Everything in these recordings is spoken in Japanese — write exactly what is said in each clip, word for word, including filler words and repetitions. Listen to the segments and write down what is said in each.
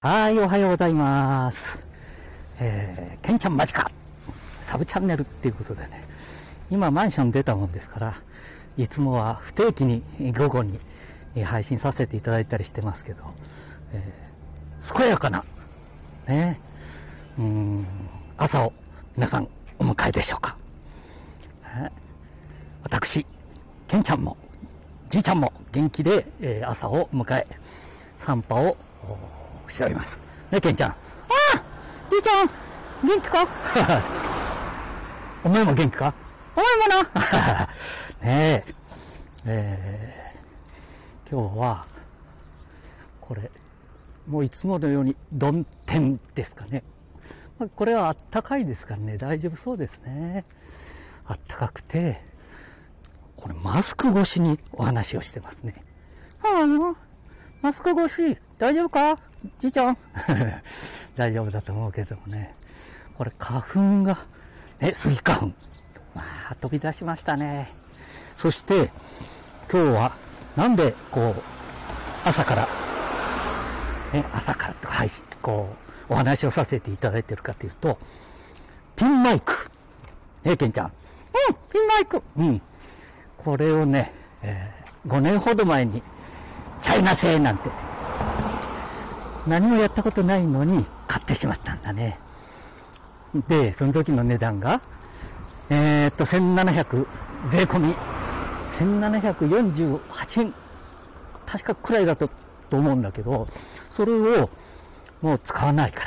はい、おはようございます。えー、ケンちゃんマジかサブチャンネルっていうことでね、今マンション出たもんですから、いつもは不定期に午後に配信させていただいたりしてますけど、えー、健やかな、ね、うーん、朝を皆さんお迎えでしょうか。えー、私、ケンちゃんも、じいちゃんも元気で、えー、朝を迎え、散歩をしております。ね、ケンちゃん。ああ、じいちゃん、元気かお前も元気かお前もなねえ、えー、今日は、これ、もういつものように曇天ですかね。まあ、これはあったかいですからね、大丈夫そうですね。あったかくて、これマスク越しにお話をしてますね。はあ、マスク越し、大丈夫かじいちゃん大丈夫だと思うけどもね。これ花粉が、ね、スギ花粉。まあ、飛び出しましたね。そして、今日は、なんで、こう、朝から、ね、朝からとか、はい、こう、お話をさせていただいているかというと、ピンマイク。ね、ケンちゃん。うん、ピンマイク。うん。これをね、えー、ごねんほど前に、チャイナ製なんて、何もやったことないのに買ってしまったんだね。で、その時の値段が、えー、っと、せんななひゃく、税込み、せんななひゃくよんじゅうはちえん、確かくらいだと、と思うんだけど、それをもう使わないから、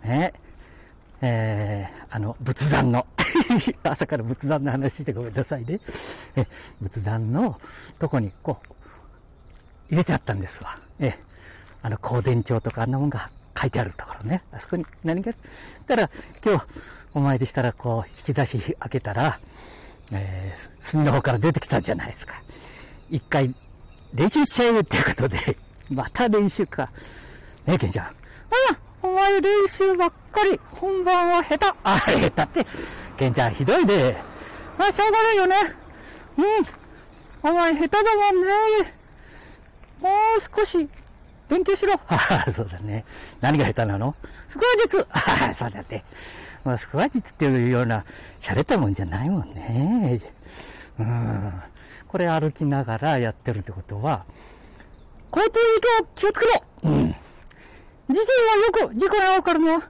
ね、えー、あの、仏壇の、朝から仏壇の話してごめんなさいね。え、仏壇のとこにこう、入れてあったんですわ。え、あの、光電帳とかあんなもんが書いてあるところね。あそこに何が、たら、今日、お参りしたら、こう、引き出し開けたら、えー、隅の方から出てきたんじゃないですか。一回、練習しちゃえるっていうことで、また練習か。ねえ、ケンちゃん。ああ、お前練習ばっかり、本番は下手。あ、下手って、ケンちゃんひどいね。まあ、しょうがないよね。うん。お前下手だもんね。もう少し、勉強しろ。そうだね。何が下手なの？腹話術。そうだね。まあ、腹話術っていうような、洒落たもんじゃないもんね。うん。これ歩きながらやってるってことは、交通事故気をつけろ。うん。自身はよく事故に遭うからな。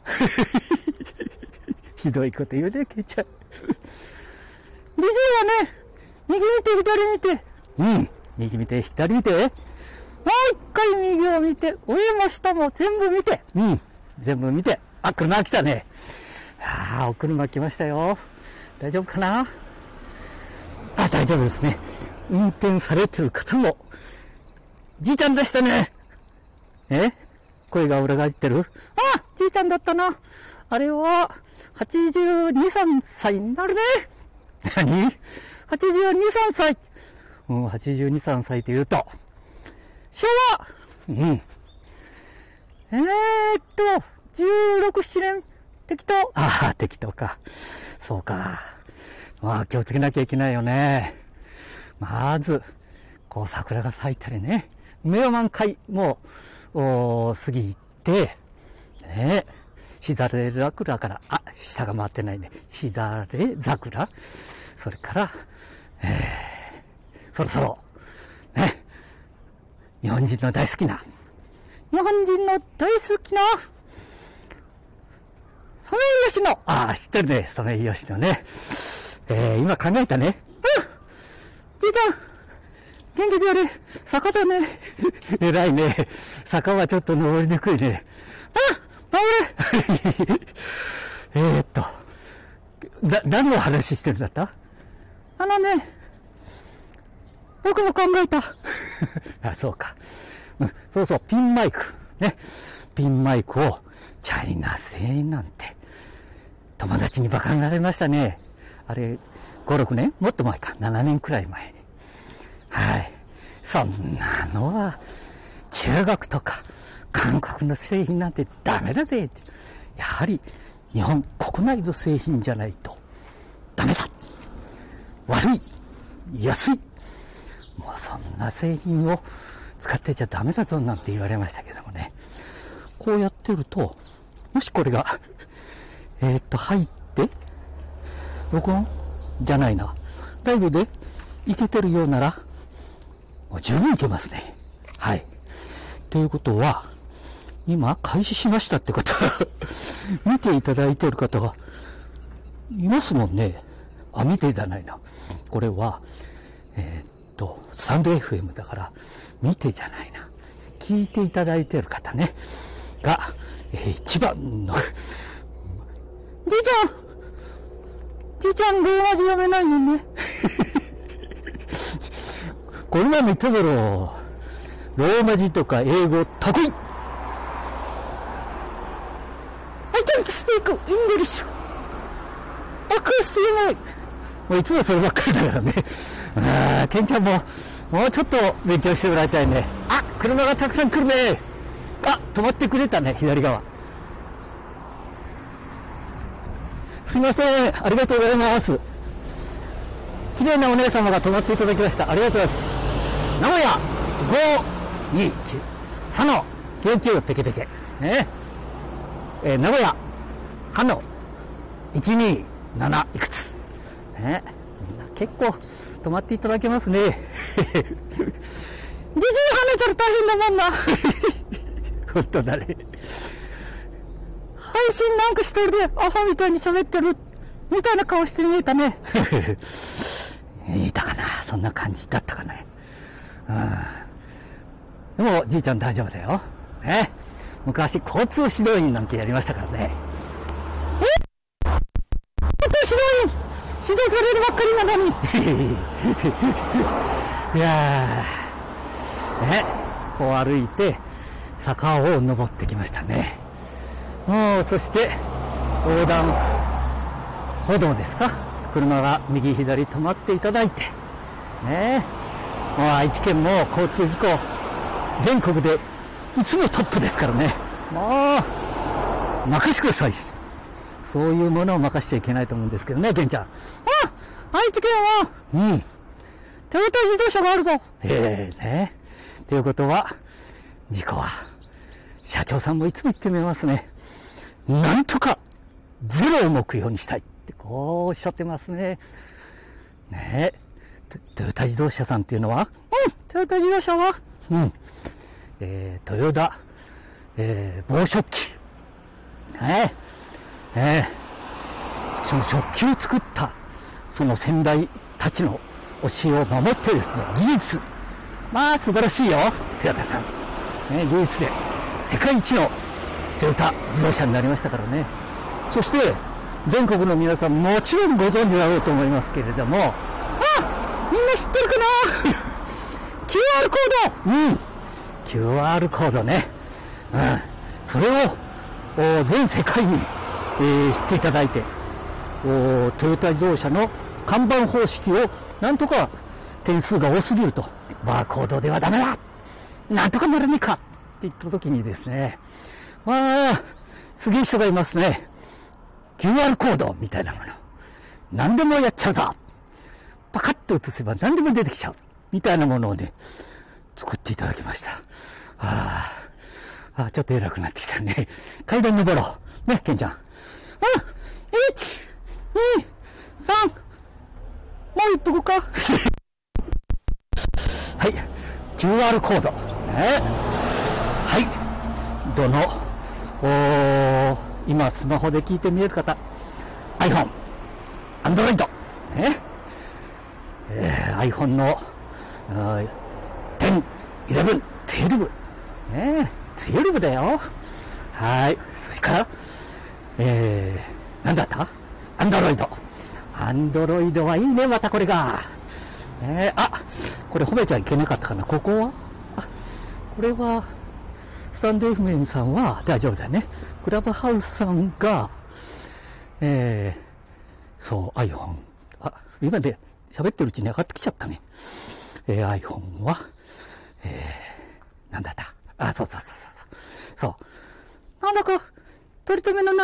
ひどいこと言うね、ケイちゃん。自身はね、右見て左見て。うん。右見て左見て。もう一回右を見て、上も下も全部見て。うん。全部見て。あ、車来たね。ああ、お車来ましたよ。大丈夫かな？あ、大丈夫ですね。運転されてる方も、じいちゃんでしたね。え？声が裏返ってる？あ、じいちゃんだったな。あれは、はちじゅうに、さんさいになるね。何？ はちじゅうに、さんさい。うん、はちじゅうに、さんさいと言うと、昭和うん。えーっと、じゅうろく、ななねん、適当。ああ、適当か。そうか。まあ、気をつけなきゃいけないよね。まず、こう、桜が咲いたりね。梅は満開もう、過ぎて、ね、しだれ桜から、あ、下が回ってないね。しだれ桜それから、えー、そろそろ、ね、日本人の大好きな、日本人の大好きな、ソメイヨシノ。ああ、知ってるね、ソメイヨシノね。えー、今考えたね。うん、じいちゃん、元気でやれ。坂だね。偉いね。坂はちょっと登りにくいね。あ、登れ。えっと、な、何の話してるんだった？あのね、僕も考えた。あ、そうか、うん。そうそう、ピンマイク。ね。ピンマイクをチャイナ製なんて。友達にバカになれましたね。あれ、ご、ろくねん？もっと前か。ななねんくらい前に。はい。そんなのは、中国とか韓国の製品なんてダメだぜ。やはり、日本国内の製品じゃないとダメだ。悪い。安い。もうそんな製品を使ってちゃダメだぞなんて言われましたけどもね。 こうやってると、もしこれが、えー、っと、入って、録音じゃないな。ライブでいけてるようなら、もう十分いけますね。はい。ということは、今、開始しましたって方が、見ていただいている方が、いますもんね。あ、見ていただないな。これは、えー、っと、スタンド エフエム だから、見てじゃないな。聞いていただいている方ね。が、えー、一番の、じいちゃんじいちゃん、ローマ字読めないもんね。この前も言っただろう。ローマ字とか英語得意。I can't speak English. あ、クス言えない。もういつもそればっかりだからね。ああ、ケンちゃんも、もうちょっと勉強してもらいたいね。あ、車がたくさん来るね。あ、止まってくれたね、左側。すいません、ありがとうございます。綺麗なお姉様が止まっていただきました。ありがとうございます。名古屋ごにきゅう、佐野きゅうきゅうペケペケ。ね。えー、名古屋、はのいちになないくつ。ね。みんな結構止まっていただけますね。ディズニー跳ねたら大変だもんな。本当だね。配信なんか一人でアホみたいに喋ってるみたいな顔して見えたね。いたかな、そんな感じだったかね。うん、でもじいちゃん大丈夫だよ。ね。昔交通指導員なんてやりましたからね。え？交通指導員指導されるばっかりなのに。いやー、ね、こう歩いて坂を登ってきましたね。もうそして横断歩道ですか、車が右左止まっていただいてね。もう愛知県も交通事故全国でいつもトップですからね。もう任してください。そういうものを任しちゃいけないと思うんですけどね、ケンちゃん。あ、愛知県はうんトヨタ自動車があるぞ。ええね。ということは事故は社長さんもいつも言ってみますね。なんとかゼロを目標にしたいってこうおっしゃってますね。ねえ、トヨタ自動車さんっていうのは、うん、トヨタ自動車は、うん、えー、トヨタ、えー、防食器、ねえ、えー、その食器を作ったその先代たちの教えを守ってですね、技術、まあ素晴らしいよ、トヨタさん、ね、技術で世界一のトヨタ自動車になりましたからね。そして全国の皆さんもちろんご存知だろうと思いますけれども、あ、みんな知ってるかな。キューアール コード、うん、キューアール コードね、うん、それを全世界に、えー、知っていただいて、おトヨタ自動車の看板方式をなんとか点数が多すぎると、バーコードではダメだ、なんとかならねえかって言った時にですね、わあ、すげえ人がいますね。キューアール コードみたいなもの。何でもやっちゃうぞ。パカッと写せば何でも出てきちゃう。みたいなものをね、作っていただきました。ああ、あ、ちょっと偉くなってきたね。階段登ろう。ね、ケンちゃん。あ、いち、に、さん、もう一歩か。はい、キューアール コード。ね、はい、どの、お今スマホで聞いてみえる方、 iPhone、Android、ねえー、iPhone のじゅう、じゅういち、じゅうに、ね、じゅうにだよ。はい。それから、えー、なんだった Android。Android はいいね、またこれが。えー、あ、これ褒めちゃいけなかったかな、ここは。あ、これは、スタンド エフエム さんは大丈夫だよね。クラブハウスさんが、えー、そう、iPhone。あ、今で喋ってるうちに上がってきちゃったね。えー、iPhone は、えー、なんだった。あ、そうそうそうそう。そう。なんだか、取り留めのない。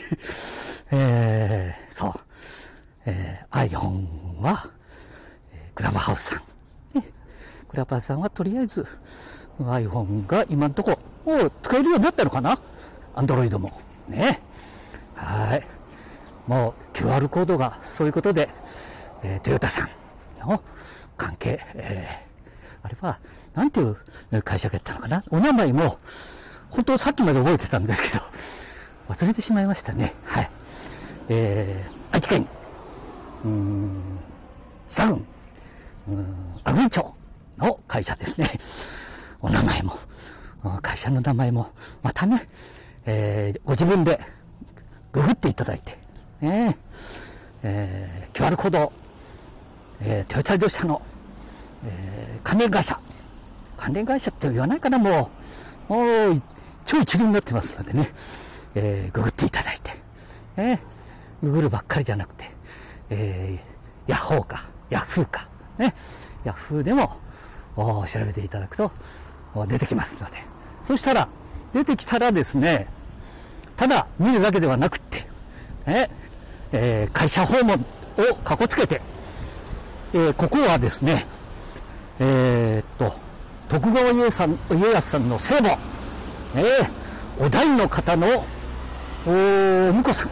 えー、そう。えー、iPhone は、えー、クラブハウスさん。ね、クラブハウスさんはとりあえず、 iPhone が今んとこ、もう使えるようになったのかな ?Android も。ね。はい。もう キューアール コードがそういうことで、えー、トヨタさんの関係、えー、あれは、なんていう会社がやったのかなお名前も、本当さっきまで覚えてたんですけど、忘れてしまいましたね。はい。えー、愛知県、うーん、佐郡、うーん、阿久比町の会社ですね。お名前も、会社の名前も、またね、えー、ご自分でググっていただいて、ねえー、キューアール コード、えー、トヨタ自動車の、えー、関連会社、関連会社って言わないかな、もう、もう、超一流になってますのでね、えー、ググっていただいて、ね、ググるばっかりじゃなくて、えー、ヤッホーか、ヤフーか、ね、ヤフーでも調べていただくと出てきますので、そしたら、出てきたらですね、ただ見るだけではなくって、ね、えー、会社訪問をかこつけて、えー、ここはですね、えー、っと、徳川家康さんの聖母、えー、お代の方のお婿さん、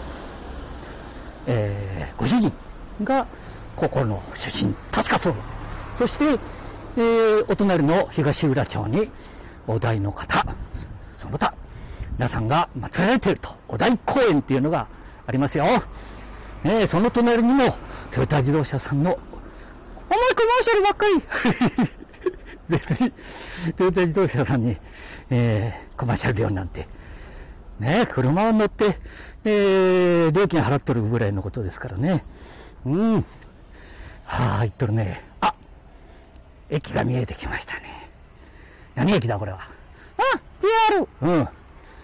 えー、ご主人がここの出身、確かそうだ。そして、えー、お隣の東浦町にお代の方、その他皆さんが祀られていると、お代公園っていうのがありますよ。えー、その隣にもトヨタ自動車さんのお前コマーシャルばっかり別にトヨタ自動車さんに、えー、コマーシャル料なんてね、車を乗って、えー、料金払っとるぐらいのことですからね。うん。はあ、言っとるね。あ、駅が見えてきましたね。何駅だこれは。あ、ジェイアール。うん。えー、っ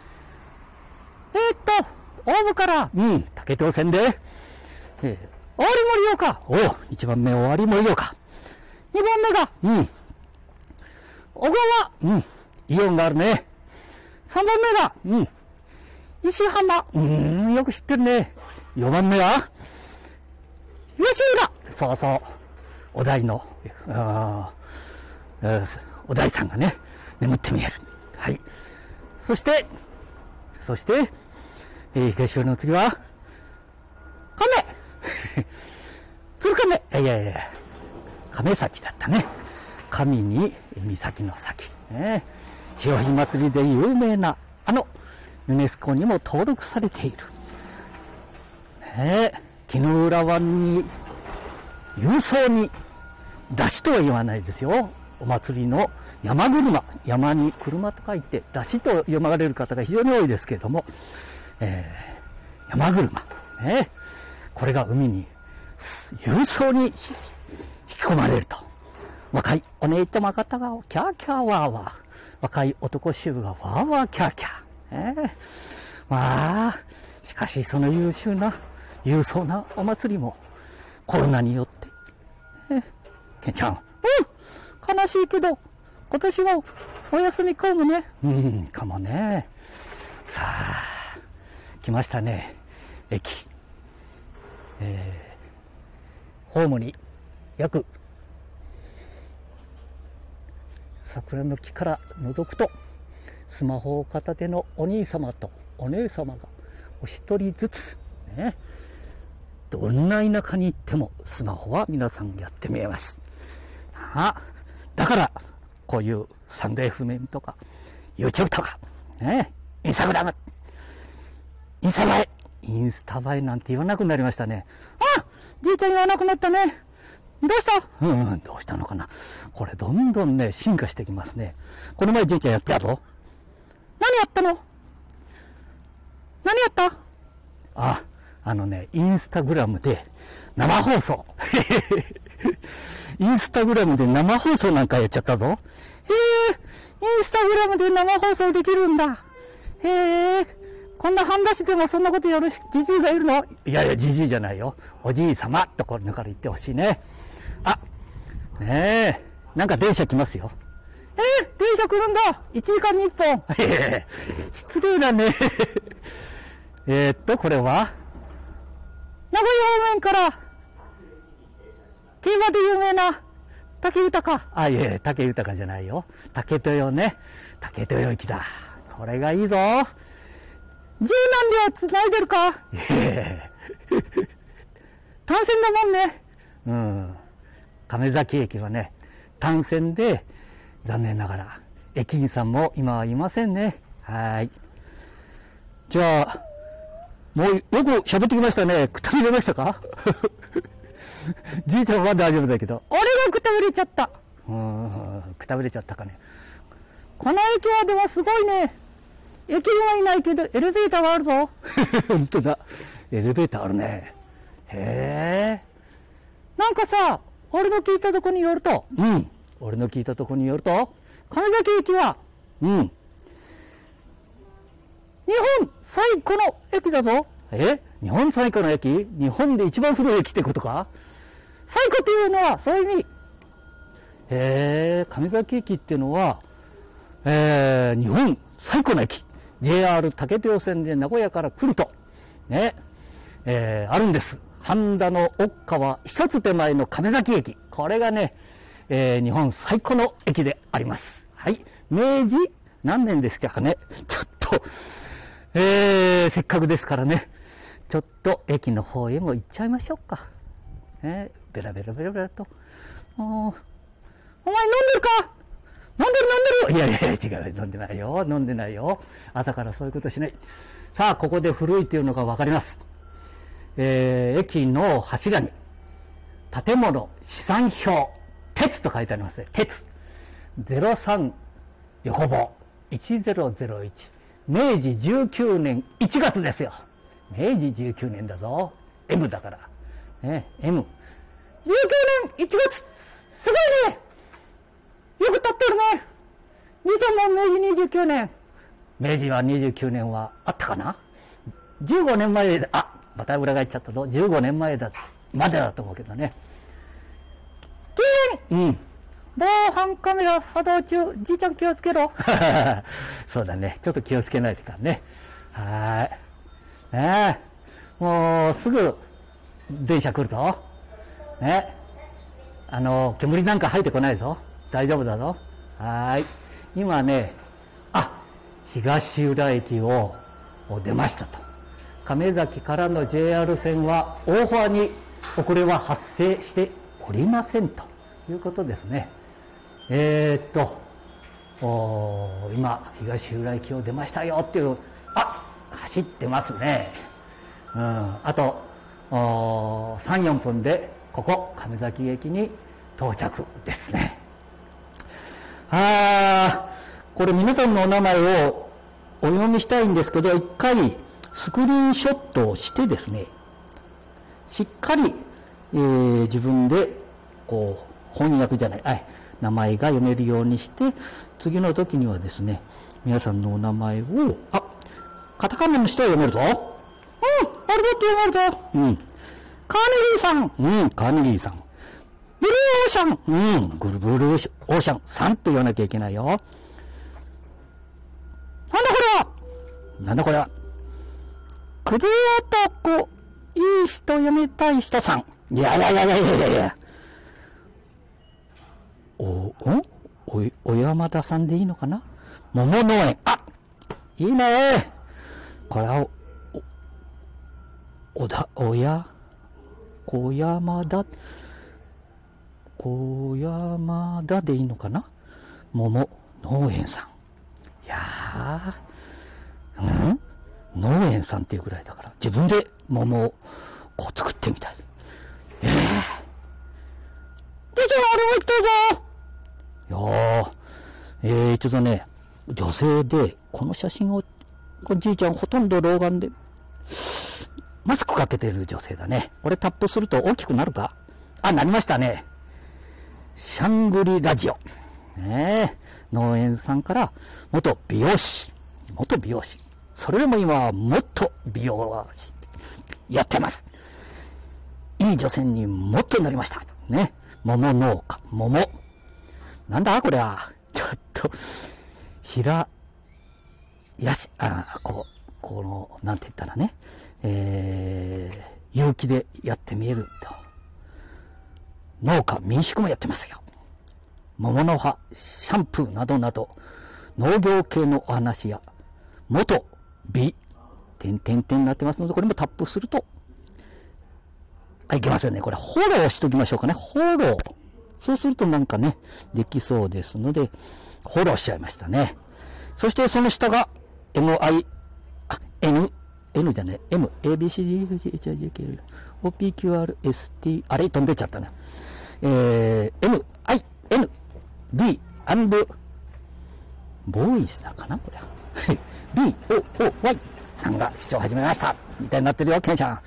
と、大部から、うん、竹東線で、えー、尾張森岡。おう、一番目尾張森岡。二番目が、うん、小川。うん、イオンがあるね。三番目が、うん、石浜。うーん、よく知ってるね。よばんめは吉浦。そうそう。お代の、あお代さんがね、眠って見える。はい。そして、そして、えー、東浦の次は、亀鶴亀。いやいやいや、亀崎だったね。神に岬の崎。ね、潮干祭りで有名な、あの、ユネスコにも登録されている。ねえ、絹浦湾に、勇壮に、出汁とは言わないですよ。お祭りの山車。山に車と書いて、出汁と読まれる方が非常に多いですけれども、えー、山車。ね、これが海に、勇壮に引き込まれると。若いお姉ちゃま方がキャーキャーワーワー。若い男衆がワーワーキャーキャー。えー、まあ、しかしその優秀な、勇壮なお祭りもコロナによって、えー、ケンちゃん、うん、悲しいけど、今年はお休みかもね。うん、かもね。さあ、来ましたね、駅。えー、ホームに約、桜の木から覗くと、スマホを片手のお兄様とお姉様がお一人ずつ、ね、どんな田舎に行ってもスマホは皆さんやってみえます。あ、だからこういうサンド エフエム とか YouTube とか、ね、インスタグラム、インスタ映え、インスタ映えなんて言わなくなりましたね。あ、じいちゃん言わなくなったね。どうした？うん、うん、どうしたのかな。これどんどんね進化してきますね。この前じいちゃんやってやぞ。何やったの？何やった？あ、あのね、インスタグラムで生放送。インスタグラムで生放送なんかやっちゃったぞ。へえ、インスタグラムで生放送できるんだ。へえ、こんな半出しでもそんなことやるじじいがいるの？いやいや、じじいじゃないよ。おじいさまとこれから言ってほしいね。あ、ねえ、なんか電車来ますよ。えー、電車来るんだ。いちじかんにいっぽん。失礼だね。えっと、これは名古屋方面から競馬で有名な竹豊。あ、いえ、竹豊じゃないよ。竹豊ね。竹豊駅だ。これがいいぞ。十何両繋いでるか。いえ。単線だもんね。うん。亀崎駅はね、単線で、残念ながら、駅員さんも今はいませんね。はい。じゃあ、もうよく喋ってきましたね。くたびれましたかじいちゃんは大丈夫だけど、俺がくたびれちゃった。うん、くたびれちゃったかね。この駅はでもすごいね。駅員はいないけど、エレベーターがあるぞ。本当だ。エレベーターあるね。へえ。なんかさ、俺の聞いたとこによると、うん。俺の聞いたとこによると、亀崎駅は、うん。日本最古の駅だぞ。え？日本最古の駅？日本で一番古い駅ってことか？最古っていうのは、そういう意味。へえ、亀崎駅っていうのは、えー、日本最古の駅。ジェイアール 竹豊線で名古屋から来ると、ね、えー、あるんです。半田の奥川一つ手前の亀崎駅。これがね、えー、日本最古の駅であります。はい。明治何年でしたかね。ちょっと、えー、せっかくですからね、ちょっと駅の方へも行っちゃいましょうか。ね、ベラベラベラベラと。お, お前飲んでるか？飲んでる飲んでる。いやいや違う、飲んでないよ、飲んでないよ。朝からそういうことしない。さあ、ここで古いというのがわかります。えー、駅の柱に、建物資産表、鉄と書いてありますね。鉄。ゼロさん横棒いちぜろぜろいち。明治じゅうきゅうねんいちがつですよ。明治じゅうきゅうねんだぞ。M だから。ね、M。じゅうきゅうねんいちがつ、すごいね。よく経ってるね。兄ちゃんも明治にじゅうきゅうねん。明治はにじゅうきゅうねんはあったかな？ じゅうご 年前で、あ、また裏返っちゃったぞ。じゅうごねんまえだ、までだと思うけどね。禁煙！うん。防犯カメラ作動中、じいちゃん気をつけろ。そうだね。ちょっと気をつけないといかんね。はーい。ねえ。もう、すぐ、電車来るぞ。ね。あの、煙なんか入ってこないぞ。大丈夫だぞ。はーい。今ね、あ、東浦駅を出ましたと。亀崎からの ジェイアール 線は大幅に遅れは発生しておりませんということですね。えー、っと、お今、東浦駅を出ましたよっていう、あ、走ってますね。うん、あと、さん、よんぷんで、ここ、亀崎駅に到着ですね。あー、これ皆さんのお名前をお読みしたいんですけど、一回スクリーンショットをしてですね、しっかり、えー、自分で、こう、翻訳じゃない、はい名前が読めるようにして、次の時にはですね、皆さんのお名前を、あ、カタカナの人は読めるぞ。うん、あれだって読めるぞ。うん。カーネリーさん。うん、カーネリーさん。ブルーオーシャン。うん、ブルブルーオーシャンさんと言わなきゃいけないよ。なんだこれはなんだこれはクズ男、いい人読みたい人さん。いやいやいやいやいやいや。お、おお、お山田さんでいいのかな？桃農園。あ、いいね。これは、お、おだ、おや、小山田、小山田でいいのかな？桃農園さん。いやー、うん農園さんっていうぐらいだから、自分で桃をこう作ってみたい。ええー。で、じゃあ、あれも行ったぞ。いやー、えー、ちょっとね、女性で、この写真を、こじいちゃんほとんど老眼で、マスクかけてる女性だね。これタップすると大きくなるか？あ、なりましたね。シャングリラジオ。ねえ、農園さんから元美容師。元美容師。それでも今はもっと美容師やってます。いい女性にもっとなりました。ね。桃農家。桃。なんだこれは。ちょっと、ひら、やし、あ、こう、この、なんて言ったらね、えー、勇気でやってみえると。農家、民宿もやってますよ。 桃の葉、シャンプーなどなど、農業系のお話や、元美、点々点になってますので、これもタップすると、あ、いけませんね。これ、フォローしときましょうかね。フォロー。そうするとなんかね、できそうですので、フォローしちゃいましたね。そしてその下が、エムアイ、あ、N、N じゃねえ、M、エービーシーディー、エフジェーエイチアイジェーケーエル、オーピーキューアールエスティー、あれ飛んでっちゃったな。えー、M、I、N、D、アンド、ボーイズだかなこれは。B、O、O、Y さんが視聴始めました。みたいになってるよ、ケンちゃん。あ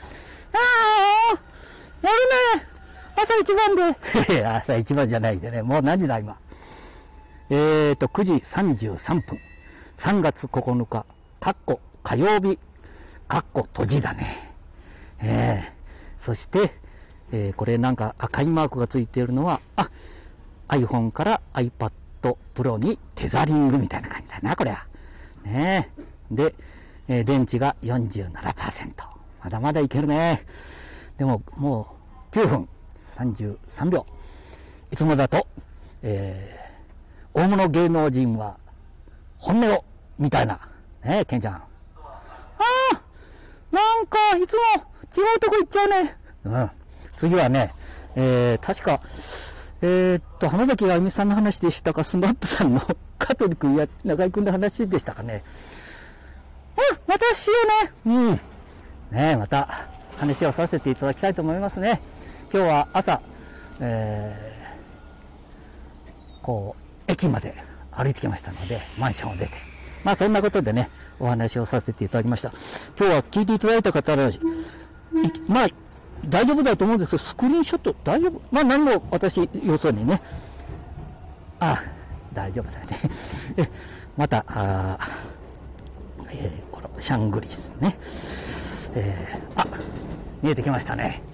ー、やるね。朝一番で。朝一番じゃないでね。もう何時だ、今。えーと、くじさんじゅうさんぷん。さんがつここのか、かっこ火曜日、かっこ閉じだね。えー、そして、えー、これなんか赤いマークがついているのは、あ、iPhone から iPad Pro にテザリングみたいな感じだな、これは。ねえ。で、えー、電池が よんじゅうななパーセント。まだまだいけるね。でも、もうきゅうふんさんじゅうさんびょう。いつもだと、えー、大物芸能人は本音を、みたいな。ねえ、ケンちゃん。ああ、なんか、いつも違うとこ行っちゃうね。うん。次はね、えー、確か、えー、っと、浜崎あゆみさんの話でしたか、スマップさんの香取君や中井君の話でしたかね。うん、またしようね。うん。ねえ、また話をさせていただきたいと思いますね。今日は朝、えー、こう、駅まで歩いてきましたので、マンションを出て。まあそんなことでね、お話をさせていただきました。今日は聞いていただいた方は、まあ、大丈夫だと思うんですけど、スクリーンショット大丈夫？まあ何も私、要するにね。あ、大丈夫だよね。え、また、あえー、このシャングリスね。えー、あ、見えてきましたね。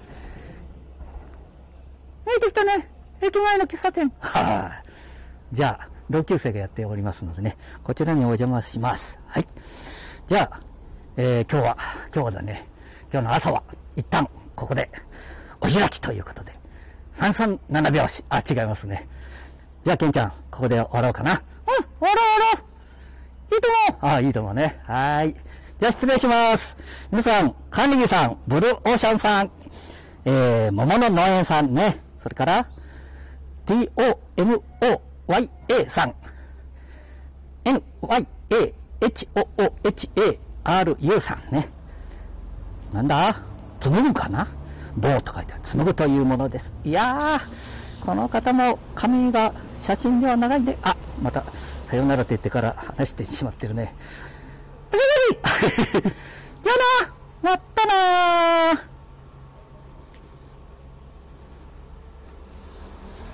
見えてきたね。駅前の喫茶店。はあ、じゃあ、同級生がやっておりますのでね、こちらにお邪魔します。はい。じゃあ、えー、今日は、今日だね、今日の朝は、一旦、ここで、お開きということで、さんさんななびょうし、あ、違いますね。じゃあ、ケンちゃん、ここで終わろうかな。うん、終わろう終わろう。いいと思う。あ、いいと思うね。はい。じゃあ、失礼します。皆さん、カーネギーさん、ブルーオーシャンさん、えー、桃の農園さんね、それから、ティーオーエムオーワイエー さん、エヌワイエーエイチオーオーエイチエーアールユー さんね。なんだ紡ぐかな、棒と書いてある。紡ぐというものです。いやー、この方も髪が写真では長いんで、あ、また、さよならって言ってから話してしまってるね。おしゃべりじゃあな、まったなー。